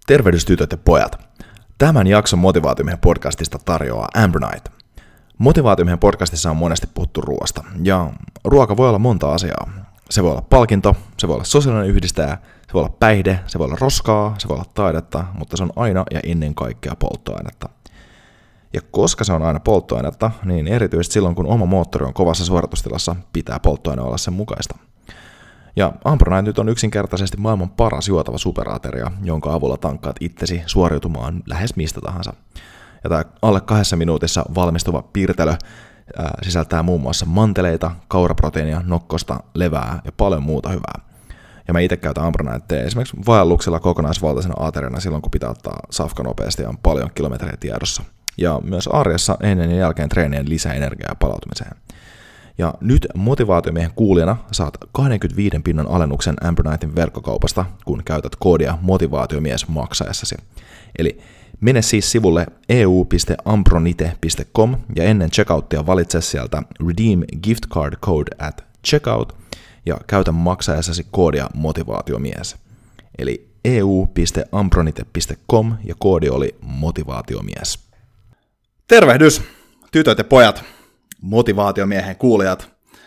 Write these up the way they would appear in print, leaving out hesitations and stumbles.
Tervehdys tytöt ja pojat. Tämän jakson Motivaatiomiehen podcastista tarjoaa Ambernight. Motivaatiomiehen podcastissa on monesti puhuttu ruoasta, ja ruoka voi olla monta asiaa. Se voi olla palkinto, se voi olla sosiaalinen yhdistäjä, se voi olla päihde, se voi olla roskaa, se voi olla taidetta, mutta se on aina ja ennen kaikkea polttoainetta. Ja koska se on aina polttoainetta, niin erityisesti silloin kun oma moottori on kovassa suoritustilassa, pitää polttoaine olla sen mukaista. Ja Ambernight nyt on yksinkertaisesti maailman paras juotava superateria, jonka avulla tankkaat itsesi suoriutumaan lähes mistä tahansa. Ja tämä alle 2 minuutissa valmistuva piirtelö sisältää muun muassa manteleita, kauraproteiinia, nokkosta, levää ja paljon muuta hyvää. Ja mä itse käytän Ambernightia esimerkiksi vaelluksilla kokonaisvaltaisena ateriana silloin, kun pitää ottaa safka nopeasti ja on paljon kilometrejä tiedossa. Ja myös arjessa ennen ja jälkeen treenien lisää energiaa palautumiseen. Ja nyt Motivaatiomiehen kuulijana saat 25% alennuksen Ambernightin verkkokaupasta, kun käytät koodia motivaatiomies maksaessasi. Eli mene siis sivulle eu.ambronite.com ja ennen checkouttia valitse sieltä Redeem Gift Card Code at checkout ja käytä maksaessasi koodia motivaatiomies. Eli eu.ambronite.com ja koodi oli motivaatiomies. Tervehdys, tytöt ja pojat, Motivaatiomiehen kuulijat.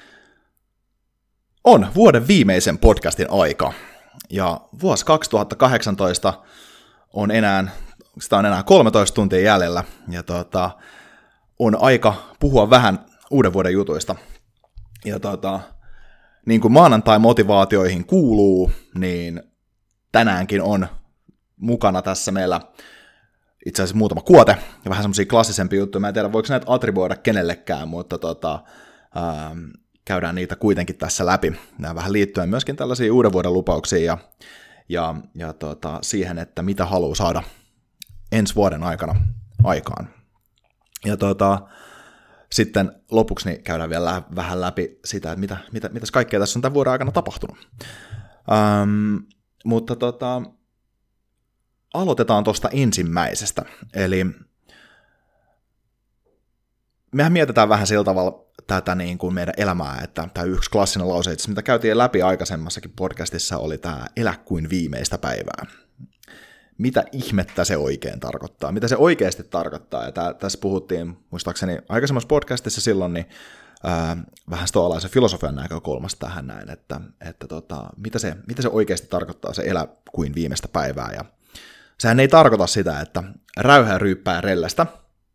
On vuoden viimeisen podcastin aika, ja vuosi 2018 on enää 13 tuntia jäljellä, ja on aika puhua vähän uuden vuoden jutuista. Ja niin kuin maanantai-motivaatioihin kuuluu, niin tänäänkin on mukana tässä meillä itse asiassa muutama kuote ja vähän semmoisia klassisempia juttuja. Mä en tiedä, voiko näitä attribuoida kenellekään, mutta käydään niitä kuitenkin tässä läpi. Nämä vähän liittyen myöskin tällaisiin uuden vuoden lupauksiin ja siihen, että mitä haluaa saada ensi vuoden aikana aikaan. Ja sitten lopuksi niin käydään vielä vähän läpi sitä, että mitäs kaikkea tässä on tämän vuoden aikana tapahtunut. Mutta aloitetaan tuosta ensimmäisestä, eli mehän mietitään vähän sillä tavalla tätä niin kuin meidän elämää, että tämä yksi klassinen lause, mitä käytiin läpi aikaisemmassakin podcastissa, oli tämä elä kuin viimeistä päivää. Mitä ihmettä se oikein tarkoittaa? Mitä se oikeasti tarkoittaa? Ja tässä puhuttiin, muistaakseni aikaisemmassa podcastissa silloin, niin vähän stoalaisen filosofian näkökulmasta tähän näin, että mitä se oikeasti tarkoittaa, se elä kuin viimeistä päivää, ja sehän ei tarkoita sitä, että räyhää ryyppää rellestä,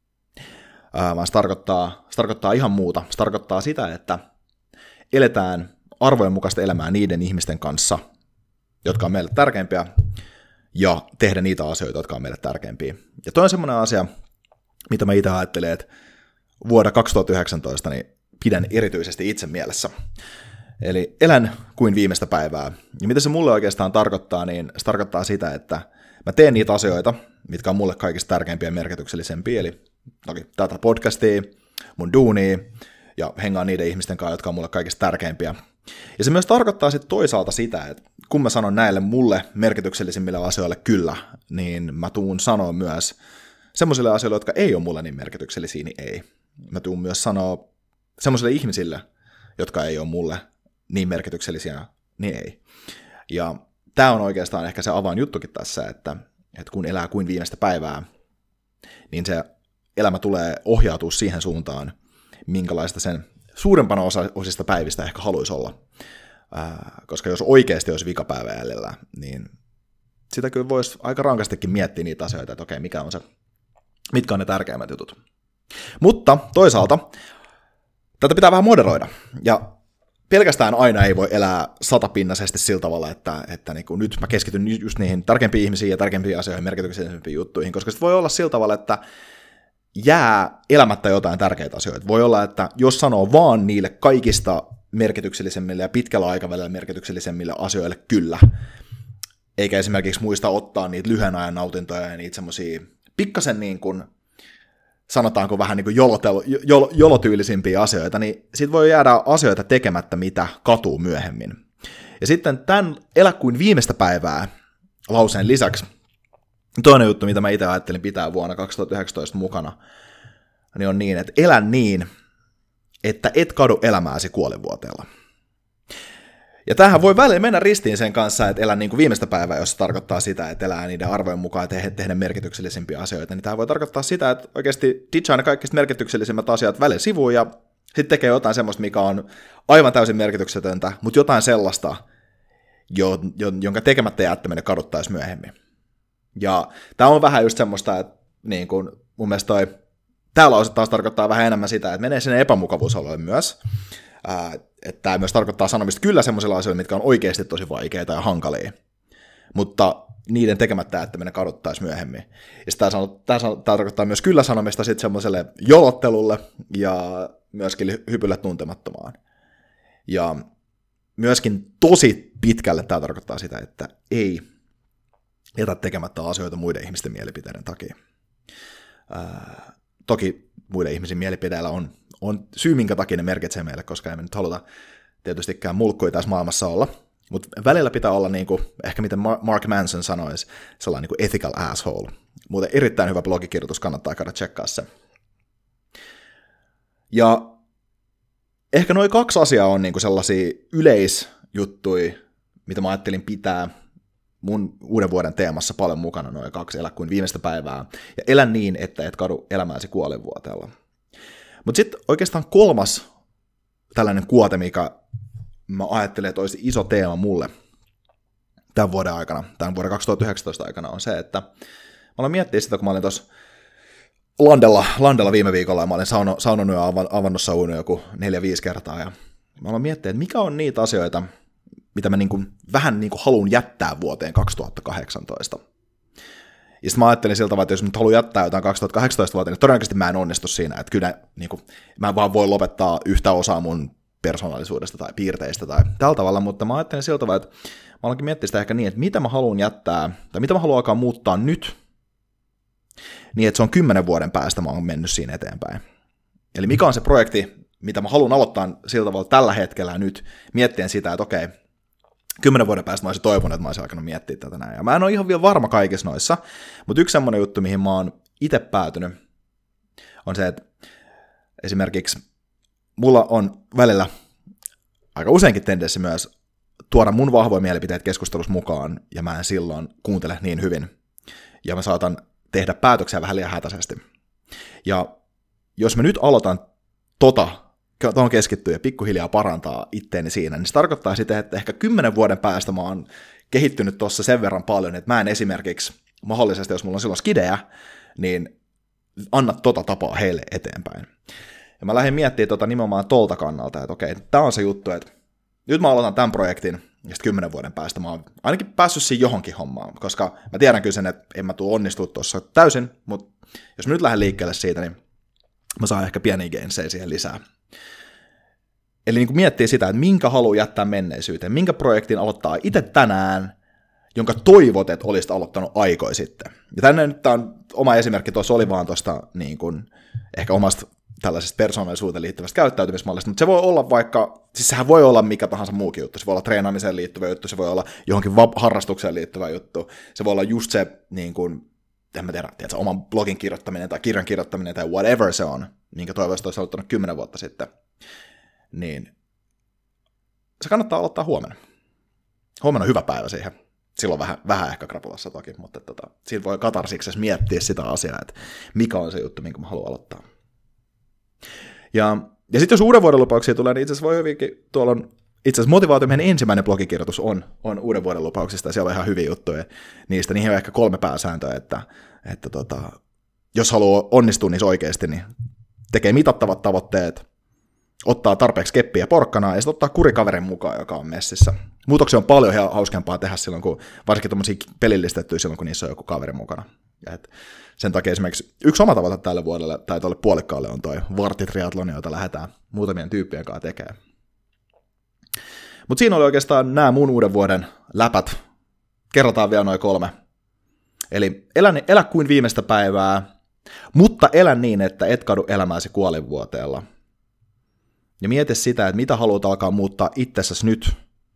vaan se tarkoittaa ihan muuta. Se tarkoittaa sitä, että eletään arvojen mukaista elämää niiden ihmisten kanssa, jotka on meille tärkeimpiä, ja tehdä niitä asioita, jotka on meille tärkeimpiä. Ja toi on semmoinen asia, mitä mä itse ajattelen, että vuonna 2019 niin pidän erityisesti itse mielessä. Eli elän kuin viimeistä päivää. Ja mitä se mulle oikeastaan tarkoittaa, niin se tarkoittaa sitä, että mä teen niitä asioita, mitkä on mulle kaikista tärkeimpiä ja merkityksellisempiä, eli toki tätä podcastia, mun duunia, ja hengaan niiden ihmisten kanssa, jotka on mulle kaikista tärkeimpiä. Ja se myös tarkoittaa sitten toisaalta sitä, että kun mä sanon näille mulle merkityksellisimmille asioille kyllä, niin mä tuun sanoa myös semmoisille asioille, jotka ei ole mulle niin merkityksellisiä, niin ei. Mä tuun myös sanoa semmoisille ihmisille, jotka ei ole mulle niin merkityksellisiä, niin ei. Ja tämä on oikeastaan ehkä se avainjuttukin tässä, että kun elää kuin viimeistä päivää, niin se elämä tulee ohjautua siihen suuntaan, minkälaista sen suurempana osista päivistä ehkä haluaisi olla. Koska jos oikeasti olisi vikapäivä jäljellä, niin sitä kyllä voisi aika rankastikin miettiä niitä asioita, että okei, mitkä on ne tärkeimmät jutut. Mutta toisaalta tätä pitää vähän moderoida, ja pelkästään aina ei voi elää satapinnaisesti sillä tavalla, että niin kuin nyt mä keskityn just niihin tärkeimpiin ihmisiin ja tärkeimpiin asioihin, merkityksellisempiin juttuihin, koska se voi olla sillä tavalla, että jää elämättä jotain tärkeitä asioita. Voi olla, että jos sanoo vaan niille kaikista merkityksellisemmille ja pitkällä aikavälillä merkityksellisemmille asioille kyllä, eikä esimerkiksi muista ottaa niitä lyhyen ajan nautintoja ja niitä semmoisia pikkasen niin kuin sanotaanko vähän niin kuin jolotyylisimpiä asioita, niin siitä voi jäädä asioita tekemättä, mitä katuu myöhemmin. Ja sitten tämän elä kuin viimeistä päivää lauseen lisäksi, toinen juttu, mitä mä itse ajattelin pitää vuonna 2019 mukana, niin on niin, että elä niin, että et kadu elämääsi kuolinvuoteella. Ja tämähän voi välillä mennä ristiin sen kanssa, että elää niin kuin viimeistä päivää, jos se tarkoittaa sitä, että elää niiden arvojen mukaan ja tehdä merkityksellisimpiä asioita, niin tämä voi tarkoittaa sitä, että oikeasti ditchaa ne kaikista merkityksellisimmät asiat välillä sivuun ja sitten tekee jotain semmoista, mikä on aivan täysin merkityksetöntä, mutta jotain sellaista, jonka tekemättä jättäminen kaduttaisi myöhemmin. Ja tämä on vähän just semmoista, että niin kuin mun mielestä tämä lause taas tarkoittaa vähän enemmän sitä, että menee sinne epämukavuusalueelle myös. Että tämä myös tarkoittaa sanomista kyllä semmoisilla asioilla, mitkä on oikeasti tosi vaikeita ja hankalia, mutta niiden tekemättä jättäminen kaduttaisi myöhemmin. Ja tämä tarkoittaa myös kyllä sanomista sitten semmoiselle jolottelulle ja myöskin hypylle tuntemattomaan. Ja myöskin tosi pitkälle tämä tarkoittaa sitä, että ei jätä tekemättä asioita muiden ihmisten mielipiteiden takia. Toki muiden ihmisen mielipiteillä on syy, minkä takia ne merkitsee meille, koska emme nyt haluta tietystikään mulkkuja tässä maailmassa olla, mutta välillä pitää olla, niin kuin, ehkä miten Mark Manson sanoisi, sellainen niin kuin ethical asshole. Muuten erittäin hyvä blogikirjoitus, kannattaa käydä tsekkaa se. Ja ehkä noin 2 asiaa on niin kuin sellaisia yleisjuttuja, mitä mä ajattelin pitää mun uuden vuoden teemassa paljon mukana, noin 2 elä kuin viimeistä päivää, ja elä niin, että et kadu elämääsi kuolinvuoteella. Mutta sitten oikeastaan 3. tällainen kuote, mikä mä ajattelen, että olisi iso teema mulle tämän vuoden aikana, tämän vuoden 2019 aikana, on se, että mä aloin miettiä sitä, kun mä olin tuossa Landella viime viikolla, ja mä olin saunonut ja avannut saunut joku 4-5 kertaa, ja mä aloin miettiä, että mikä on niitä asioita, mitä mä vähän haluan jättää vuoteen 2018. Ja sitten mä ajattelin siltä tavalla, että jos nyt haluan jättää jotain 2018 vuoteen, niin todennäköisesti mä en onnistu siinä, että kyllä mä vaan voi lopettaa yhtä osaa mun persoonallisuudesta tai piirteistä tai tällä tavalla, mutta mä ajattelin siltä tavalla, että mä alankin miettiä sitä ehkä niin, että mitä mä haluan jättää, tai mitä mä haluan alkaa muuttaa nyt, niin että se on 10 vuoden päästä mä oon mennyt siinä eteenpäin. Eli mikä on se projekti, mitä mä haluan aloittaa sillä tavalla tällä hetkellä nyt, miettien sitä, että okei, 10 vuoden päästä mä olisin toivonut, että mä olisin alkanut miettiä tätä näin. Ja mä en ole ihan vielä varma kaikissa noissa, mutta yksi semmoinen juttu, mihin mä oon itse päätynyt, on se, että esimerkiksi mulla on välillä aika useinkin tendenssi myös tuoda mun vahvoja mielipiteet keskustelussa mukaan, ja mä en silloin kuuntele niin hyvin. Ja mä saatan tehdä päätöksiä vähän liian hätäisesti. Ja jos mä nyt aloitan tuohon keskittyä ja pikkuhiljaa parantaa itteeni siinä, niin se tarkoittaa sitä, että ehkä 10 vuoden päästä mä oon kehittynyt tuossa sen verran paljon, että mä en esimerkiksi mahdollisesti, jos mulla on silloin skidejä, niin anna tapaa heille eteenpäin. Ja mä lähdin miettimään nimenomaan tolta kannalta, että okei, tää on se juttu, että nyt mä aloitan tämän projektin, ja sitten 10 vuoden päästä mä oon ainakin päässyt siinä johonkin hommaan, koska mä tiedän kyllä sen, että en mä tule onnistua tuossa täysin, mutta jos mä nyt lähden liikkeelle siitä, niin mä saan ehkä pieniä gainsejä siihen lisää. Eli niin miettii sitä, että minkä haluaa jättää menneisyyteen, minkä projektin aloittaa itse tänään, jonka toivot, että olisit aloittanut aikoja sitten. Ja tänne nyt on oma esimerkki tuossa oli vaan tuosta niin kuin, ehkä omasta tällaisesta persoonallisuuteen liittyvästä käyttäytymismallista, mutta se voi olla vaikka, siis sehän voi olla mikä tahansa muukin juttu, se voi olla treenaamiseen liittyvä juttu, se voi olla johonkin harrastukseen liittyvä juttu, se voi olla just se, niin kuin, en mä tiedä, oman blogin kirjoittaminen tai kirjan kirjoittaminen tai whatever se on, minkä toivottavasti olisi aloittanut 10 vuotta sitten, niin se kannattaa aloittaa huomenna. Huomenna on hyvä päivä siihen. Silloin vähän ehkä krapulassa toki, mutta siinä voi katarsiksessa miettiä sitä asiaa, että mikä on se juttu, minkä mä haluan aloittaa. Ja sitten jos uuden vuoden lupauksia tulee, niin itse asiassa voi hyvinkin, tuolla on itse asiassa Motivaatio, meidän ensimmäinen blogikirjoitus on uuden vuoden lupauksista, ja siellä on ihan hyviä juttuja niistä. Niihin on ehkä 3 pääsääntöä, että jos haluaa onnistua niissä oikeasti, niin tekee mitattavat tavoitteet, ottaa tarpeeksi keppiä ja porkkanaa, ja sitten ottaa kurikaverin mukaan, joka on messissä. Muutoksia on paljon hauskempaa tehdä silloin, kun varsinkin tuommoisia pelillistettyjä silloin, kun niissä on joku kaveri mukana. Ja sen takia esimerkiksi yksi oma tavoite tälle vuodelle, tai tuolle puolikkaalle, on toi varttitriatloni, jota lähdetään muutamien tyyppien kanssa tekemään. Mutta siinä oli oikeastaan nämä mun uuden vuoden läpät. Kerrotaan vielä noin 3. Eli elä kuin viimeistä päivää, mutta elä niin, että et kadu elämääsi kuolinvuoteella. Ja mieti sitä, että mitä haluat alkaa muuttaa itsessäsi nyt,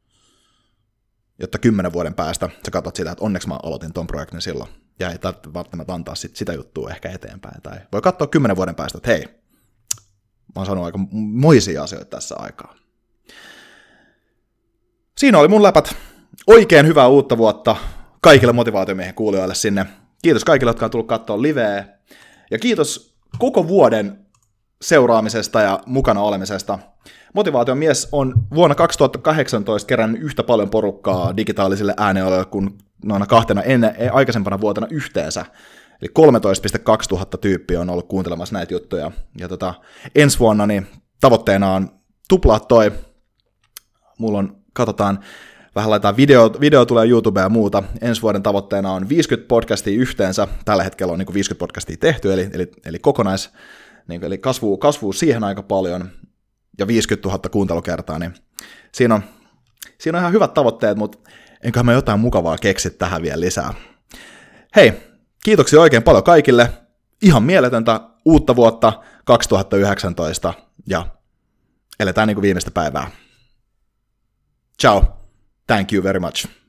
jotta 10 vuoden päästä sä katsot sitä, että onneksi mä aloitin ton projektin silloin. Ja ei tarvitse välttämättä antaa sitä juttua ehkä eteenpäin. Tai voi katsoa 10 vuoden päästä, että hei, mä oon saanut aika moisia asioita tässä aikaa. Siinä oli mun läpät. Oikein hyvää uutta vuotta kaikille motivaatiomiehen kuulijoille sinne. Kiitos kaikille, jotka on tullut katsoa liveä. Ja kiitos koko vuoden seuraamisesta ja mukana olemisesta. Motivaatiomies on vuonna 2018 kerännyt yhtä paljon porukkaa digitaalisille ääneoloille kuin noina kahtena aikaisempana vuotena yhteensä. Eli 13 200 tyyppiä on ollut kuuntelemassa näitä juttuja. Ja ensi vuonna niin tavoitteena on tuplaa toi. Mulla on, katsotaan, vähän laitetaan video tulee YouTubeen ja muuta. Ensi vuoden tavoitteena on 50 podcastia yhteensä. Tällä hetkellä on niin kuin 50 podcastia tehty, eli eli kasvuu siihen aika paljon. Ja 50 000 kuuntelukertaa, niin siinä on ihan hyvät tavoitteet, mutta enköhän me jotain mukavaa keksit tähän vielä lisää. Hei, kiitoksia oikein paljon kaikille. Ihan mieletöntä uutta vuotta 2019 ja eletään niin kuin viimeistä päivää. Ciao. Thank you very much.